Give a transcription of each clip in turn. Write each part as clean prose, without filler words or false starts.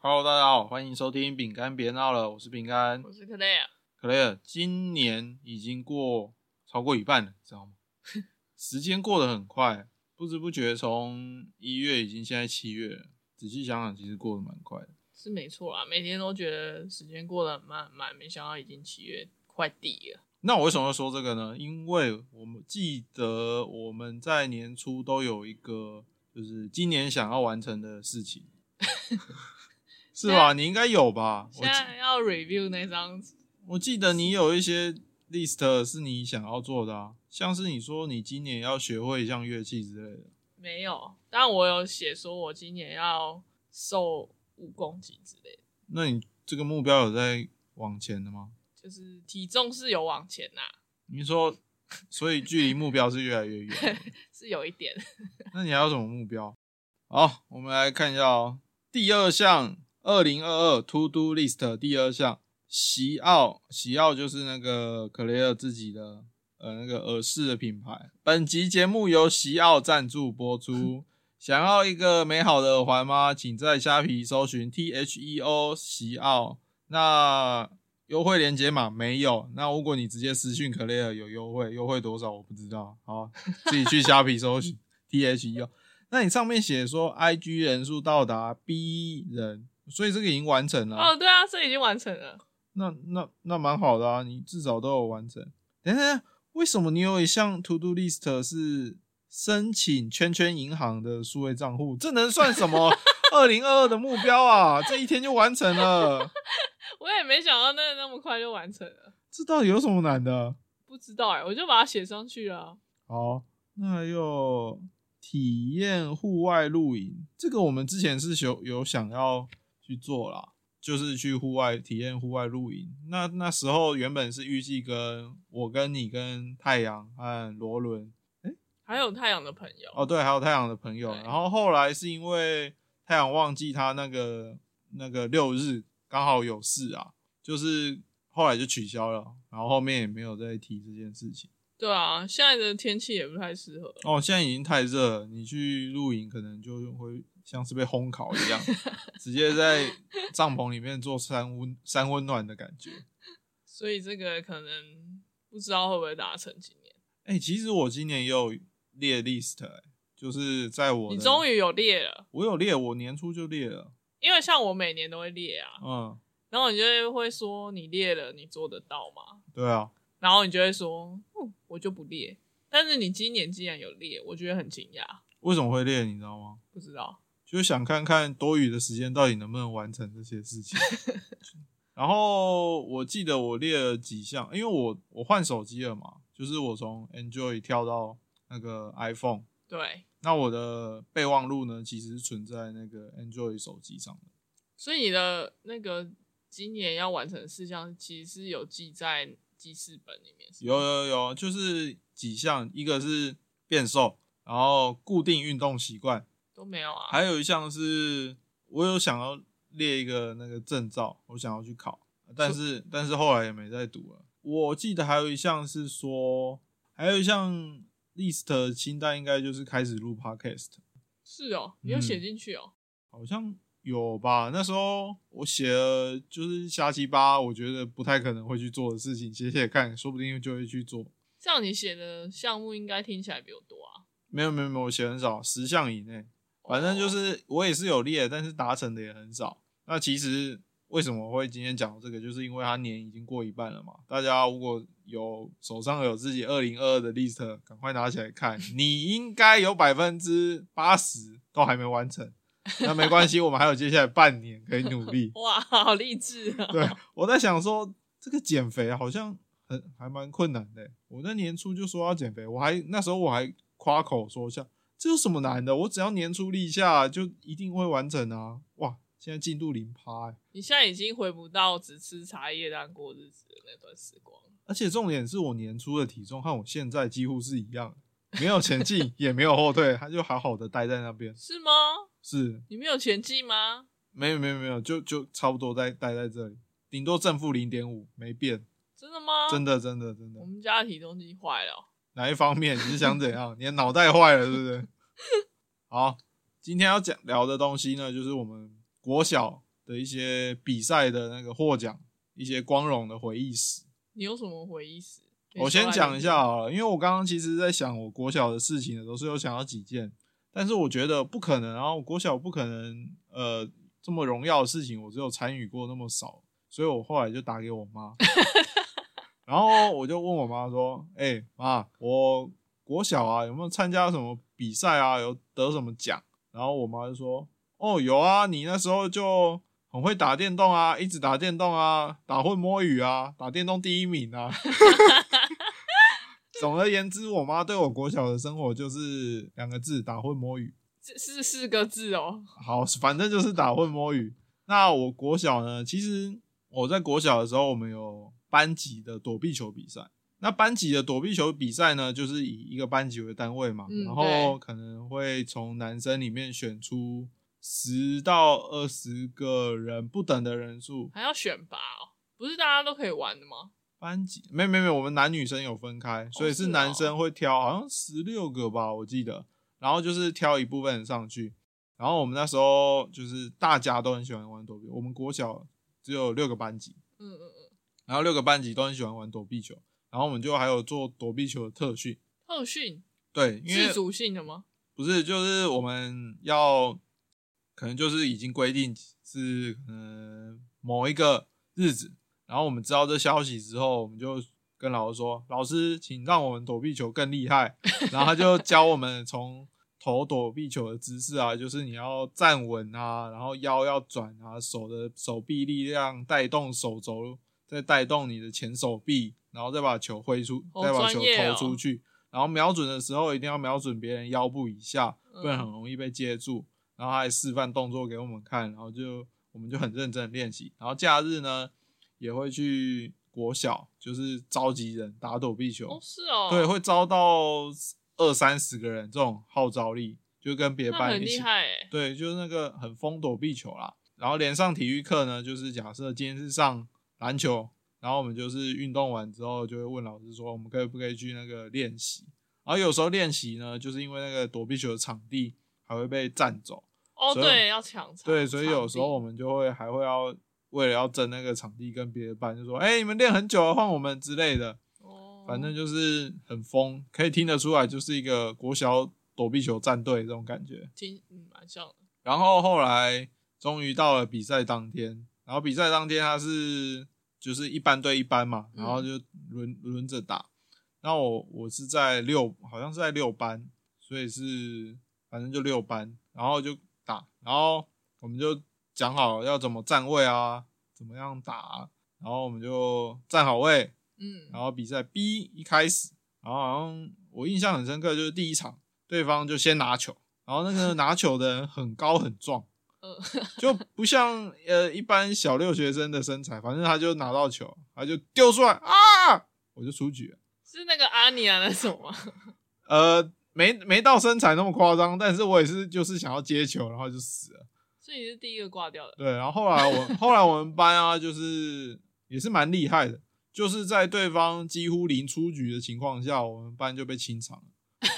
Hello， 大家好，欢迎收听饼干别闹了，我是饼干， 我是 Claire。 Claire， 今年已经超过一半了，知道吗？时间过得很快，不知不觉从1月已经现在7月了，仔细想想，其实过得蛮快的。 是没错啦，每天都觉得时间过得很慢，没想到已经7月快底了。 那我为什么会说这个呢？因为我们记得我们在年初都有一个，就是今年想要完成的事情。是吧？你应该有吧？ 现在要 review 那张， 我记得你有一些 list 是你想要做的啊，像是你说你今年要学会一项乐器之类的。 没有，但我有写说我今年要瘦5公斤之类的。 那你这个目标有在往前的吗？ 就是体重是有往前啦。 你说，所以距离目标是越来越远。 是有一点。 那你还有什么目标？好，我们来看一下哦。第二项，2022 To Do List 第二项，喜奥就是那个可雷尔自己的那个耳饰的品牌。本集节目由喜奥赞助播出。想要一个美好的耳环吗？请在虾皮搜寻 THEO 喜奥。那优惠连结码没有。那如果你直接私讯可雷尔有优惠，优惠多少我不知道。好，自己去虾皮搜寻 THEO。那你上面写说 IG 人数到达 B 人，所以这个已经完成了。 哦，对啊，这已经完成了。 那蛮好的啊，你至少都有完成。等等，为什么你有一项 To Do List 是申请圈圈银行的数位账户？这能算什么2022的目标啊？这一天就完成了。 我也没想到那么快就完成了。 这到底有什么难的？ 不知道我就把它写上去了啊。 好，那还有体验户外露营，这个我们之前是有想要去做啦，就是去户外体验户外露营。那时候原本是预计跟你跟太阳和罗伦， 还有太阳的朋友。 哦对，还有太阳的朋友。然后后来是因为太阳忘记他那个6日刚好有事啊，就是后来就取消了，然后后面也没有再提这件事情。 对啊，现在的天气也不太适合。 哦，现在已经太热了，你去露营可能就会像是被烘烤一样，直接在帐篷里面做三温暖的感觉。 所以这个可能不知道会不会达成今年。 其实我今年也有列 list，就是在我的你终于有列了。 我有列，我年初就列了。 因为像我每年都会列啊，然后你就会说你列了，你做得到吗？ 对啊。 然后你就会说，我就不列。但是你今年既然有列，我觉得很惊讶。 为什么会列？你知道吗？ 不知道， 就想看看多余的时间到底能不能完成这些事情。然后我记得我列了几项，因为我换手机了嘛，就是我从 Android 跳到那个 iPhone。 对。 那我的备忘录呢，其实是存在那个 Android 手机上的。 所以你的那个今年要完成的事项，其实是有记在记事本里面。 有，就是几项，一个是变瘦，然后固定运动习惯都没有啊。 还有一项是我有想要列一个那个证照，我想要去考，但是后来也没再读了。我记得还有一项是说，还有一项 list 清单应该就是开始录 podcast。 是哦，你有写进去哦。 好像有吧，那时候我写了就是瞎七八我觉得不太可能会去做的事情，写看，说不定就会去做。 这样你写的项目应该听起来比我多啊。 没有，我写很少，10项以内。反正就是我也是有列，但是达成的也很少。那其实为什么会今天讲这个，就是因为他年已经过一半了嘛。大家如果手上有自己2022的 list， 赶快拿起来看，你应该有 80% 都还没完成。那没关系，我们还有接下来半年可以努力。 哇，好励志哦。 对，我在想说这个减肥好像还蛮困难的。我在年初就说要减肥，那时候我还夸口说一下，这有什么难的？我只要年初立下就一定会完成啊！哇，现在进度0%。 你现在已经回不到只吃茶叶蛋过日子的那段时光。 而且重点是我年初的体重和我现在几乎是一样的，没有前进也没有后退，它就好好的待在那边。 是吗？ 是。 你没有前进吗？ 没有，就差不多待在这里，顶多正负 0.5 没变。 真的吗？ 真的。 我们家的体重机坏了。 哪一方面？你是想怎样？你的脑袋坏了是不是？好，今天要聊的东西呢，就是我们国小的一些比赛的那个获奖，一些光荣的回忆史。 你有什么回忆史？ 我先讲一下好了，因为我刚刚其实在想我国小的事情的时候是有想到几件，但是我觉得不可能，然后我国小不可能这么荣耀的事情我只有参与过那么少，所以我后来就打给我妈然后我就问我妈说妈，我国小啊有没有参加什么比赛啊，有得什么奖？然后我妈就说有啊，你那时候就很会打电动啊，一直打电动啊，打混摸鱼啊，打电动第1名啊总而言之，我妈对我国小的生活就是2个字：打混摸鱼。 是4个字哦。 好，反正就是打混摸鱼。那我国小呢，其实我在国小的时候，我们有班级的躲避球比赛。那班级的躲避球比赛呢，就是以一个班级为单位嘛，然后可能会从男生里面选出10到20个人不等的人数， 还要选拔哦？不是大家都可以玩的吗？ 班级没有，我们男女生有分开，所以是男生会挑，好像16个吧，我记得，然后就是挑一部分人上去，然后我们那时候就是大家都很喜欢玩躲避，我们国小只有6个班级，然后6个班级都很喜欢玩躲避球，然后我们就还有做躲避球的特训。 特训？ 对，因为自主性的吗？ 不是，就是我们要可能就是已经规定是某一个日子。然后我们知道这消息之后，我们就跟老师说：“老师，请让我们躲避球更厉害。”然后他就教我们从投躲避球的姿势啊，就是你要站稳啊，然后腰要转啊，手臂力量带动手肘，再带动你的前手臂，然后再把球挥出，再把球投出去。然后瞄准的时候一定要瞄准别人腰部以下，不然很容易被接住。然后他还示范动作给我们看，然后我们就很认真的练习。然后假日呢，也会去国小，就是召集人打躲避球。 是哦。 对，会招到20-30个人，这种号召力就跟别班一起。 那很厉害欸。 对，就是那个很疯躲避球啦。然后连上体育课呢，就是假设今天是上篮球，然后我们就是运动完之后就会问老师说，我们可不可以去那个练习？然后有时候练习呢，就是因为那个躲避球的场地还会被占走。 对，要抢场。 对，所以有时候我们就会还会为了要争那个场地，跟别的班就说：“你们练很久了，换我们之类的。”反正就是很疯，可以听得出来，就是一个国小躲避球战队这种感觉。 蛮像的。然后后来终于到了比赛当天，然后比赛当天它是就是1班对1班嘛，然后就轮着打。然后我是在好像是在6班，所以是反正就6班，然后就打，然后我们就讲好要怎么站位啊，怎么样打啊，然后我们就站好位，然后比赛 B 一开始，然后好像我印象很深刻，就是第一场对方就先拿球，然后那个拿球的人很高很壮，就不像一般小6学生的身材，反正他就拿到球，他就丢出来啊，我就出局了。 是那个阿尼亚那种吗？ 没到身材那么夸张，但是我也是就是想要接球，然后就死了。 所以你是第一个挂掉的。 对，然后后来我们班啊，就是也是蛮厉害的，就是在对方几乎零出局的情况下，我们班就被清场了。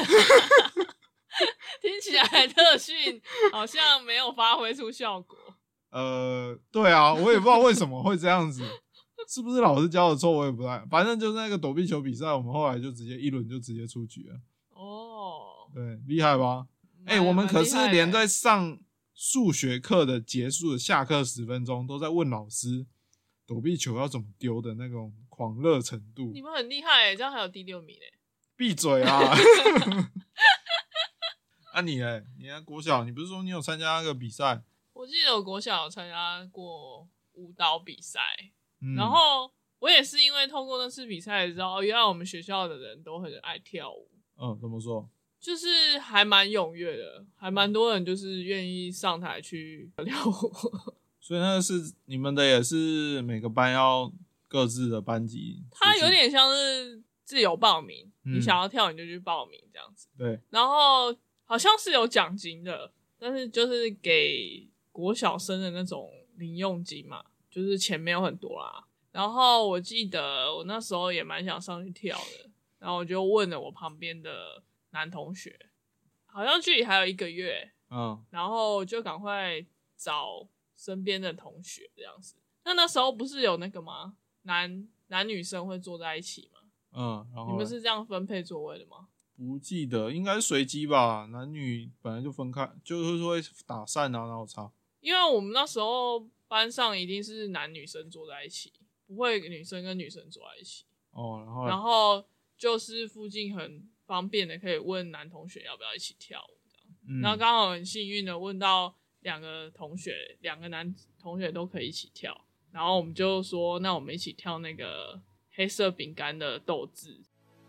听起来特训好像没有发挥出效果。 对啊，我也不知道为什么会这样子，是不是老师教的错，我也不知道。反正就是那个躲避球比赛，我们后来就直接1轮就直接出局了。对，厉害吧？我们可是连在上数学课的结束的下课10分钟都在问老师躲避球要怎么丢的那种狂热程度。 你们很厉害这样还有第6名闭嘴啊！你在国小，你不是说你有参加那个比赛？ 我记得我国小有参加过舞蹈比赛，然后我也是因为透过那次比赛知道，原来我们学校的人都很爱跳舞。 怎么说？ 就是还蛮踊跃的，还蛮多人就是愿意上台去跳舞。 所以那个是你们的，也是每个班要各自的班级。 它有点像是自由报名，你想要跳你就去报名这样子。 对， 然后好像是有奖金的，但是就是给国小生的那种零用金嘛，就是钱没有很多啦。然后我记得我那时候也蛮想上去跳的，然后我就问了我旁边的男同学，好像距离还有1个月，然后就赶快找身边的同学这样子。那时候不是有那个吗？男女生会坐在一起吗？ 然后你们是这样分配座位的吗？ 不记得，应该是随机吧，男女本来就分开，就是会打散啊，然后差。 因为我们那时候班上一定是男女生坐在一起，不会女生跟女生坐在一起。然后就是附近很方便的可以问男同学要不要一起跳舞这样。然后刚好很幸运的问到两个男同学都可以一起跳，然后我们就说那我们一起跳那个黑色饼干的斗志，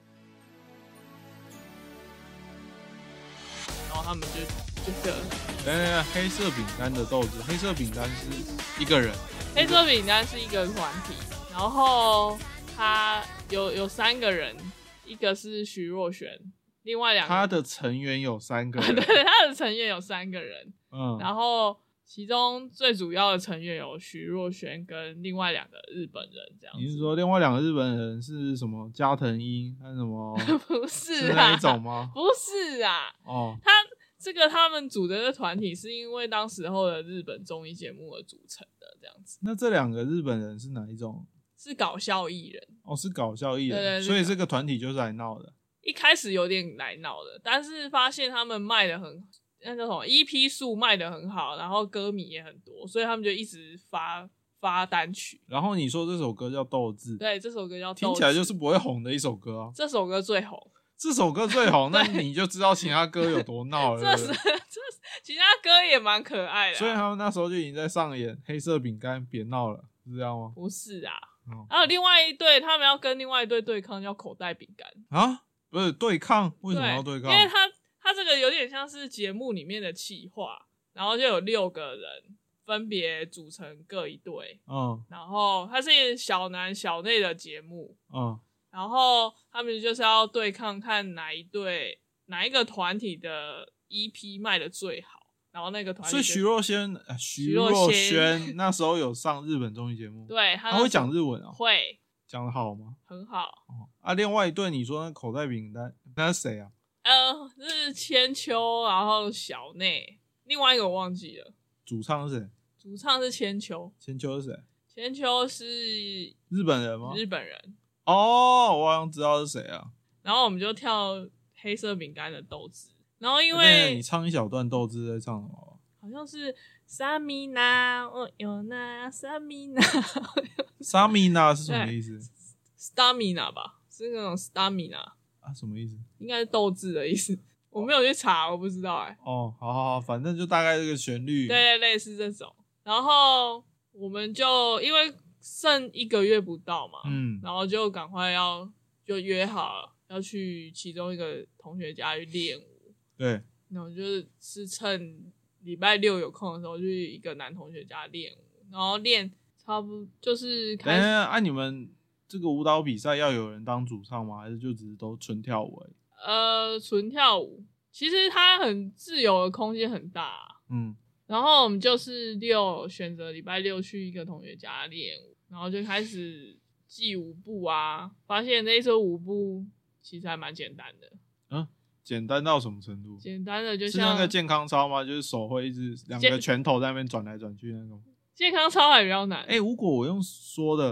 然后他们就等黑色饼干的豆子，黑色饼干是一个人， 黑色饼干是一个团体，然后他有3个人，一个是徐若瑄，另外2个他的成员有3个人， 对，他的成员有3个人，然后其中最主要的成员有徐若瑄跟另外2个日本人这样子。 你是说另外2个日本人是什么？加藤鹰还是什么？ 不是是那一种吗？ 不是啊，他们组的这团体是因为当时候的日本综艺节目而组成的这样子。 那这2个日本人是哪一种？ 是搞笑艺人。 是搞笑艺人， 对， 所以这个团体就是来闹的。 一开始有点来闹的，但是发现他们卖的很那叫什么 EP 数卖的很好，然后歌迷也很多，所以他们就一直发单曲。 然后你说这首歌叫斗志， 对，这首歌叫斗志， 听起来就是不会红的一首歌啊。 这首歌最红， 这首歌最红，那你就知道其他歌有多闹了。 这其他歌也蛮可爱的所以他们那时候就已经在上演黑色饼干别闹了，是这样吗？ 不是啊，还有另外一队，他们要跟另外一队对抗，叫口袋饼干啊，不是对抗，为什么要对抗？ 因为他这个有点像是节目里面的企划，然后就有6个人分别组成各一队，然后它是小男小内的节目，然后他们就是要对抗，看哪一个团体的 EP 卖的最好，然后那个团体。 所以徐若瑄那时候有上日本综艺节目， 对， 他会讲日文啊？ 会讲得好吗？ 很好。 另外一队你说那口袋饼干，那是谁啊？ 是千秋，然后小内，另外一个我忘记了。 主唱是谁？ 主唱是千秋。 千秋是谁？ 千秋是日本人吗？ 日本人。 我好像知道是谁啊。 然后我们就跳黑色饼干的斗志，然后因为你唱一小段斗志在唱什么？ 好像是萨米娜，有那萨米娜。 萨米娜是什么意思 ？stamina 吧，是那种 stamina 啊？什么意思？ 应该是斗志的意思。我没有去查，我不知道好，反正就大概这个旋律， 对，类似这种。然后我们就因为剩1个月不到嘛，然后就赶快就约好要去其中一个同学家去练舞。 对， 然后就是趁礼拜6有空的时候去一个男同学家练舞，然后练差不多就是开始。 你们这个舞蹈比赛要有人当主唱吗？还是就只是都纯跳舞而已？ 纯跳舞，其实它很自由的空间很大。然后我们就是选择礼拜6去一个同学家练舞，然后就开始记舞步啊，发现那一首舞步其实还蛮简单的。 简单到什么程度？ 简单的就像是那个健康操吗？就是手会一直2个拳头在那边转来转去那种。 健康操还比较难。 如果我用说的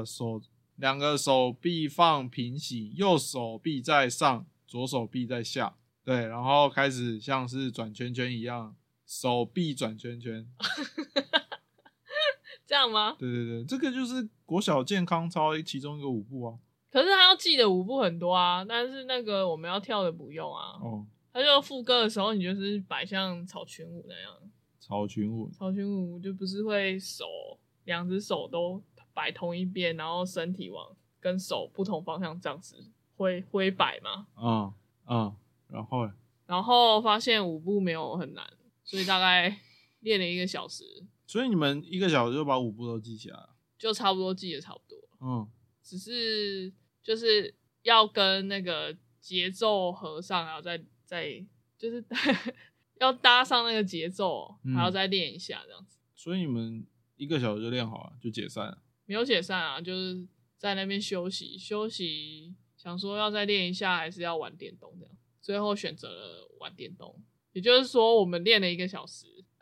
2个手臂放平行，右手臂在上，左手臂在下，对，然后开始像是转圈圈一样，手臂转圈圈。 这样吗？ 对，这个就是国小健康操其中一个舞步啊。 可是他要记的舞步很多啊，但是那个我们要跳的不用啊。他就副歌的时候，你就是摆像草裙舞那样。 草裙舞就不是会2只手都摆同一边，然后身体跟手不同方向这样子挥摆嘛。然后发现舞步没有很难，所以大概练了1个小时。 所以你们1个小时就把舞步都记起来了？ 就差不多记得差不多。只是就是要跟那个节奏合上，然后再就是要搭上那个节奏，还要再练一下这样子。 所以你们1个小时就练好了，就解散了？ 没有解散啊，就是在那边休息，想说要再练一下，还是要玩电动这样。最后选择了玩电动，也就是说我们练了1个小时，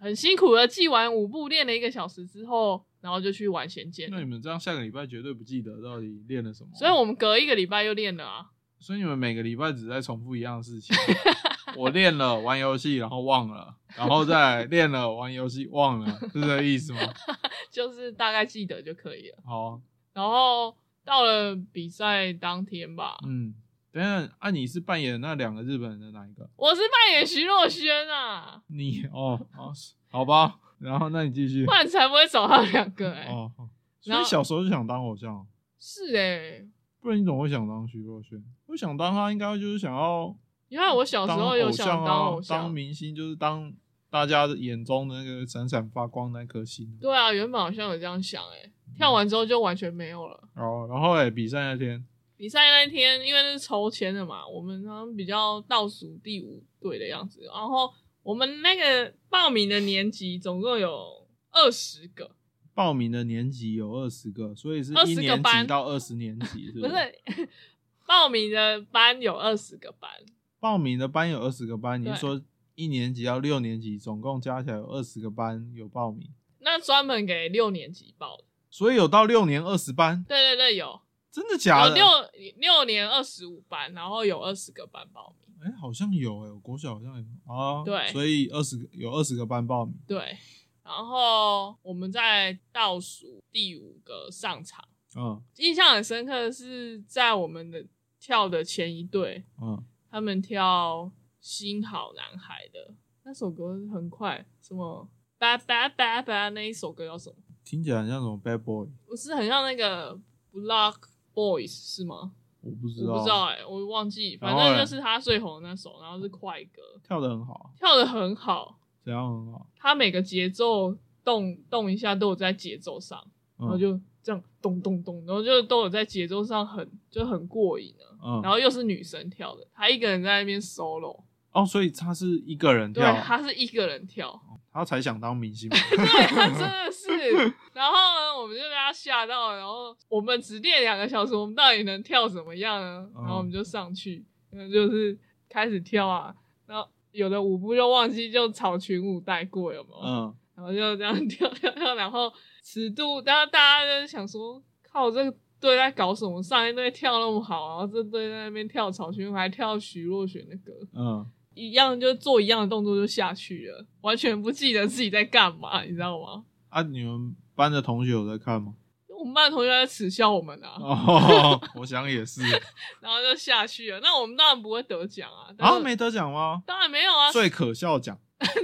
很辛苦的记完舞步，练了1个小时之后，然后就去玩仙剑。 那你们这样下个礼拜绝对不记得到底练了什么， 所以我们隔1个礼拜又练了啊。 所以你们每个礼拜只在重复一样的事情。我练了玩游戏，然后忘了，然后再练了玩游戏忘了，是这个意思吗？ 就是大概记得就可以了。 好啊。 然后到了比赛当天吧， 等一下，你是扮演那2个日本人的哪一个？ 我是扮演徐若瑄啊。 你好吧，然后那你继续， 不然才不会找他们2个所以小时候就想当偶像。 是不然你怎么会想当徐若瑄？我想当他应该就是想要， 因为我小时候有想当偶像， 当明星，就是当大家眼中的那个闪闪发光那颗星。 对啊，原本好像有这样想跳完之后就完全没有了。 然后比赛那天， 因为是抽签的嘛，我们好像比较倒数第5队的样子，然后我们那个报名的年级总共有20个。 报名的年级有20个，所以是1年级到20年级，是不是？ 不是，报名的班有20个班。 报名的班有20个班，你是说1年级到6年级总共加起来有20个班有报名？ 那专门给6年级报的， 所以有到6年20班？ 对，有。 真的假的？ 有6年25班，然后有20个班报名。 好像有我国小好像有啊。 对， 所以有20个班报名。 对。然后我们在倒数第5个上场，印象很深刻的是在我们的跳的前1队，他们跳新好男孩的那首歌很快，什么 bad bad bad bad 那一首歌叫什么？ 听起来很像什么 bad boy， 不是很像那个 Block Boys 是吗？ 我不知道我忘记，反正就是他最红的那首，然后是快歌， 跳得很好， 怎样很好？ 他每个节奏动一下都有在节奏上，然后就这样咚咚咚，然后就都有在节奏上很过瘾然后又是女生跳的，他一个人在那边 solo。 所以他是一个人跳。 对，他是一个人跳， 他才想当明星。 对，他真的是。然后呢，我们就被他吓到了，然后我们只练2个小时，我们到底能跳怎么样呢？然后我们就上去，就是开始跳啊，然后有的舞步就忘记就草裙舞带过，有没有？然后就这样跳，然后尺度，然后大家就想说，靠，这个队在搞什么？上一队跳那么好，然后这队在那边跳草裙舞，还跳徐若瑄的歌，一样就做一样的动作就下去了，完全不记得自己在干嘛，你知道吗？ 你们班的同学有在看吗？ 我们班的同学在耻笑我们啊。 我想也是。 然后就下去了，那我们当然不会得奖啊。 没得奖吗？ 当然没有啊。 最可笑奖。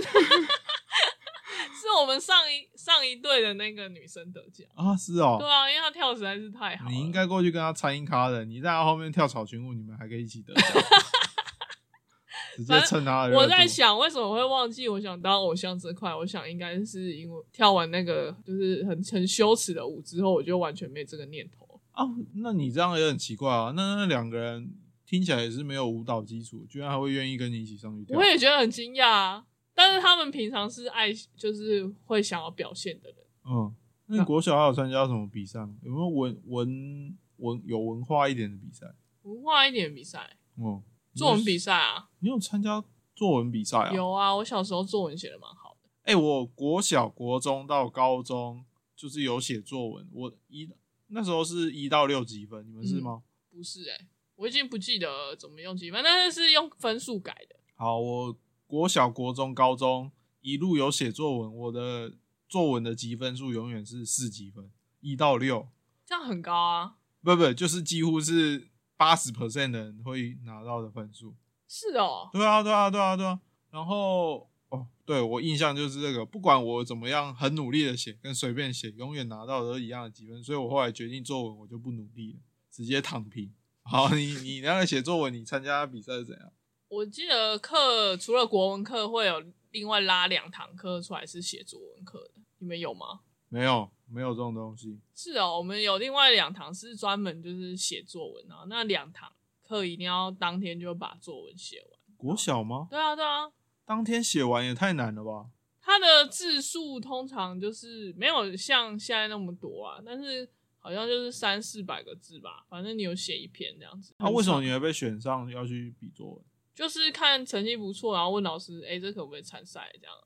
是我们上一队的那个女生得奖是哦。 对啊，因为她跳实在是太好了。 你应该过去跟她参一咖的，你在她后面跳草裙舞，你们还可以一起得奖。直接蹭她的热度。 我在想为什么会忘记我想当偶像这块，我想应该是因为跳完那个就是很羞耻的舞之后，我就完全没这个念头。 那你这样也很奇怪啊。那2个人听起来也是没有舞蹈基础，居然还会愿意跟你一起上去跳。 我也觉得很惊讶啊。但是他们平常是就是会想要表现的人。 那你国小还有参加什么比赛吗？有没有有文化一点的比赛？ 文化一点的比赛？作文比赛啊。 你有参加作文比赛啊？ 有啊，我小时候作文写的蛮好的。 我国小、国中到高中就是有写作文，那时候是1到6积分，你们是吗？ 不是我已经不记得怎么用积分，但是用分数改的。 好，我国小、国中、高中一路有写作文，我的作文的积分数永远是4积分，1到6， 这样很高啊。 不，就是几乎是80% 的人会拿到的分数。 是哦。 对啊。然后对，我印象就是这个，不管我怎么样很努力的写跟随便写，永远拿到的都一样的积分，所以我后来决定作文我就不努力了，直接躺平。好，你那个写作文，你参加比赛是怎样？ 我记得课除了国文课会有另外拉2堂课出来是写作文课的，你们有吗？ 没有这种东西。 是哦，我们有另外2堂是专门就是写作文啊，那2堂课一定要当天就把作文写完。 国小吗？ 对啊。 当天写完也太难了吧？ 它的字数通常就是没有像现在那么多啊，但是好像就是300-400个字吧，反正你有写一篇这样子。 为什么你会被选上要去比作文？ 就是看成绩不错，然后问老师，这可不可以参赛这样啊？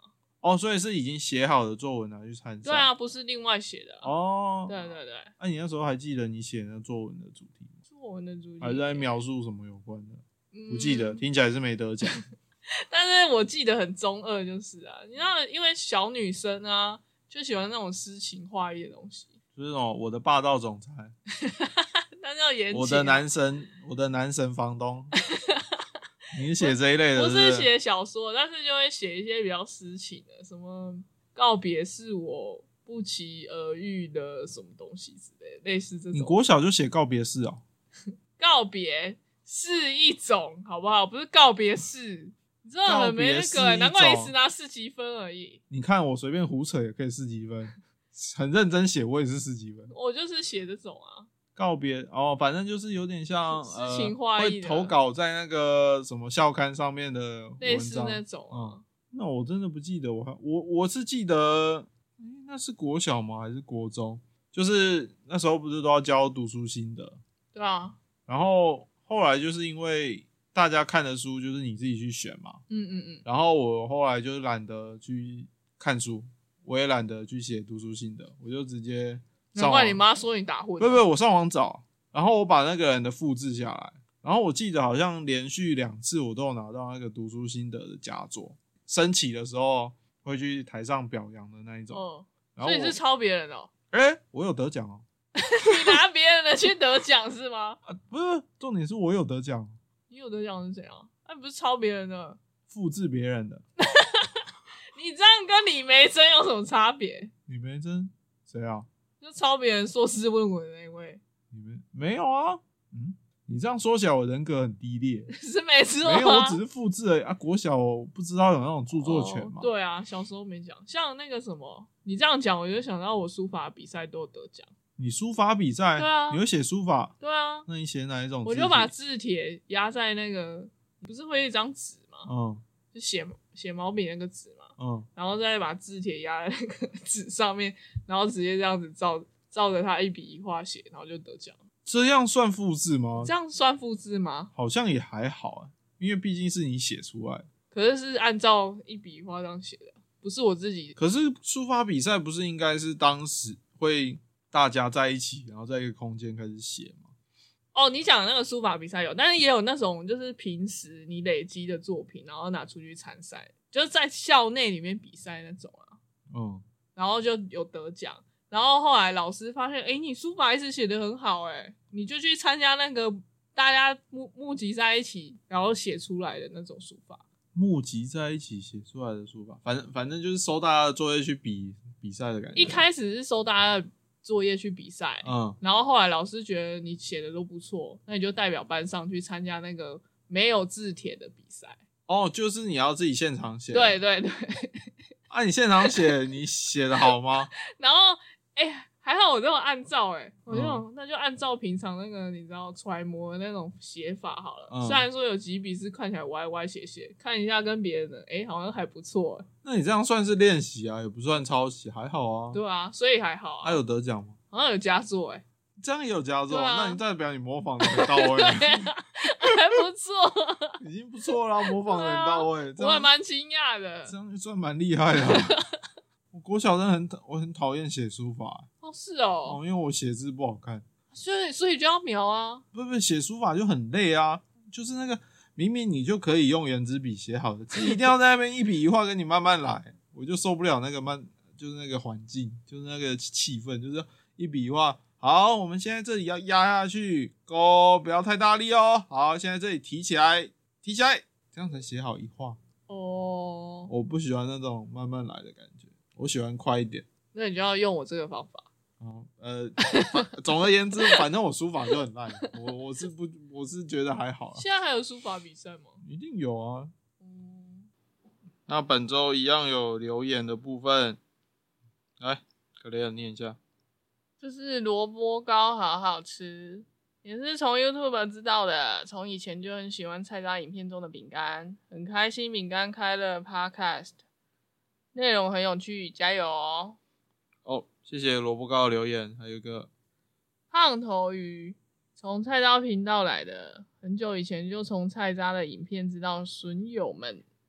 哦，所以是已经写好的作文拿去参赛。 对啊，不是另外写的哦， 对对对。 你那时候还记得你写那作文的主题吗？ 作文的主题还是在描述什么有关的？不记得，听起来是没得奖。 但是我记得很中二，就是啊，你知道，因为小女生啊，就喜欢那种诗情画意的东西， 就是那种我的霸道总裁， 但是要言情、啊。 我的男神房东。你是写这一类的？ 不是写小说，但是就会写一些比较诗情的，什么告别是我不期而遇的什么东西之类的，类似这种。 你国小就写告别式哦？ 告别是一种，好不好？不是告别式，你真的很没那个，难怪你只拿4级分而已。 你看我随便胡扯也可以4级分，很认真写我也是4级分。 我就是写这种啊。 告别哦，反正就是有点像诗情画意的， 会投稿在那个什么校刊上面的文章， 类似那种啊。 那我真的不记得，我是记得，那是国小吗？还是国中？就是那时候不是都要教读书心得？ 对啊。 然后后来就是因为大家看的书就是你自己去选嘛，然后我后来就懒得去看书，我也懒得去写读书心得，我就直接。 难怪你妈说你打混。 不，我上网找，然后我把那个人的复制下来，然后我记得好像连续2次我都有拿到那个读书心得的佳作，升旗的时候会去台上表扬的那一种。然后所以你是抄别人哦？ 我有得奖哦。 你拿别人的去得奖是吗？ 不是，重点是我有得奖。 你有得奖是怎样？那不是抄别人的， 复制别人的。 你这样跟李梅珍有什么差别？ 李梅珍谁啊？ 就抄别人硕士论文的那一位。 没有啊。你这样说起来我人格很低劣。 是没错啊。 没有，我只是复制而已啊。国小不知道有那种著作权嘛。 对啊，小时候没讲。像那个什么，你这样讲我就想到我书法比赛都有得奖。 你书法比赛？ 对啊。 你会写书法？ 对啊。 那你写哪一种字？ 我就把字帖压在那个，不是会一张纸吗？就写毛笔那个纸嘛。然后再把字帖压在那个纸上面，然后直接这样子照着它一笔一画写，然后就得奖。 这样算复制吗？ 这样算复制吗？ 好像也还好因为毕竟是你写出来的。 可是按照一笔一画这样写的，不是我自己。 可是书法比赛不是应该是当时会大家在一起，然后在一个空间开始写吗？ 你讲的那个书法比赛有，但是也有那种就是平时你累积的作品，然后拿出去参赛，就是在校内里面比赛那种啊。然后就有得奖，然后后来老师发现，你书法一直写得很好，你就去参加那个大家募集在一起，然后写出来的那种书法。 募集在一起写出来的书法，反正就是收大家的作业去比赛的感觉。 一开始是收大家的作业去比赛，然后后来老师觉得你写的都不错，那你就代表班上去参加那个没有字帖的比赛。 就是你要自己现场写。 对对对。 你现场写，你写的好吗？ 然后还好我这种按照我那就按照平常那个你知道揣摩的那种写法好了。虽然说有几笔是看起来歪歪斜斜，看一下跟别人的好像还不错。 那你这样算是练习啊，也不算抄袭，还好啊。 对啊，所以还好啊。 有得奖吗？ 好像有佳作这样也有佳作。那你代表你模仿的很到位。 还不错。 已经不错啦，模仿的很到位。 我还蛮惊讶的。 这样就算蛮厉害的。我国小真的我很讨厌写书法。 是哦。 因为我写字不好看。 所以就要描啊。 不，写书法就很累啊。就是那个明明你就可以用圆珠笔写好的字，一定要在那边一笔一画跟你慢慢来，我就受不了那个就是那个环境，就是那个气氛，就是一笔一画。好，我们现在这里要压下去，勾，不要太大力哦。好，现在这里提起来，这样才写好一画。我不喜欢那种慢慢来的感觉，我喜欢快一点。 那你就要用我这个方法。 总而言之，反正我书法就很烂。我是觉得还好。 现在还有书法比赛吗？ 一定有啊。那本周一样有留言的部分，来，可雷尔念一下。 就是萝卜糕好好吃，也是从 YouTube 知道的。从以前就很喜欢菜渣影片中的饼干，很开心饼干开了 Podcast， 内容很有趣，加油哦！ 谢谢萝卜糕的留言。还有一个胖头鱼，从菜渣频道来的，很久以前就从菜渣的影片知道损友们，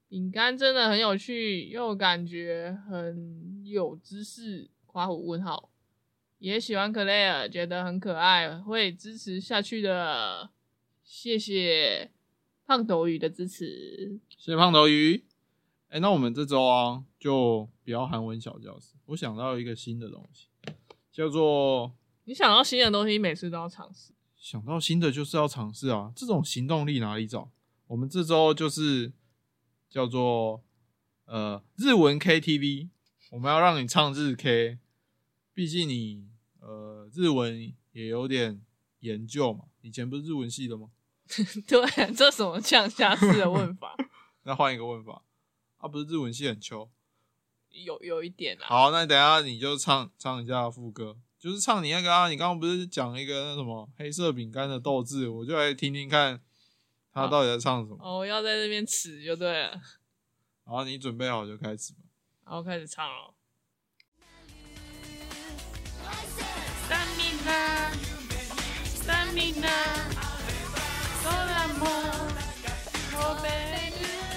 饼干真的很有趣，又感觉很有知识。夸胡问号，也喜欢 Claire， 觉得很可爱，会支持下去的。谢谢胖头鱼的支持， 谢谢胖头鱼。那我们这周啊，就不要韩文小教室。我想到一个新的东西，叫做你想到新的东西，每次都要尝试。 想到新的就是要尝试啊，这种行动力哪里找？我们这周就是叫做日文 KTV， 我们要让你唱日 K， 毕竟你日文也有点研究嘛，以前不是日文系的吗？ 对，这什么降下式的问法？ 那换一个问法，不是日文系很秋？ 有一点啊。 好，那等一下你就唱一下副歌，就是唱你那个你刚刚不是讲一个那什么黑色饼干的斗志，我就来听听看他到底在唱什么。 我要在这边吃就对了。 好，你准备好就开始吧。 好，开始唱了。Stamina, stamina, solamo, oh baby。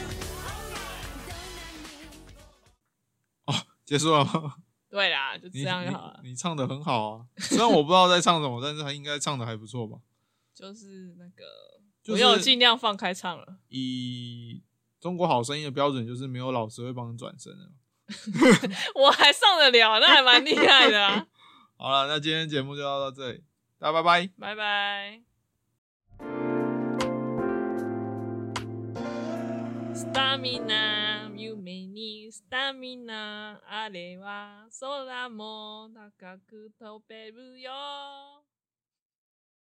结束了吗？ 对啦，就这样就好了。 你唱的很好啊，虽然我不知道在唱什么，但是他应该唱的还不错吧？ 就是那个， 就是我有尽量放开唱了。 以中国好声音的标准，就是没有老师会帮你转身的。 我还上得了，那还蛮厉害的啊。 好了，那今天节目就到这里，大家拜拜， 拜拜。Stamina, 夢にスタミナあれは空も高く飛べるよ。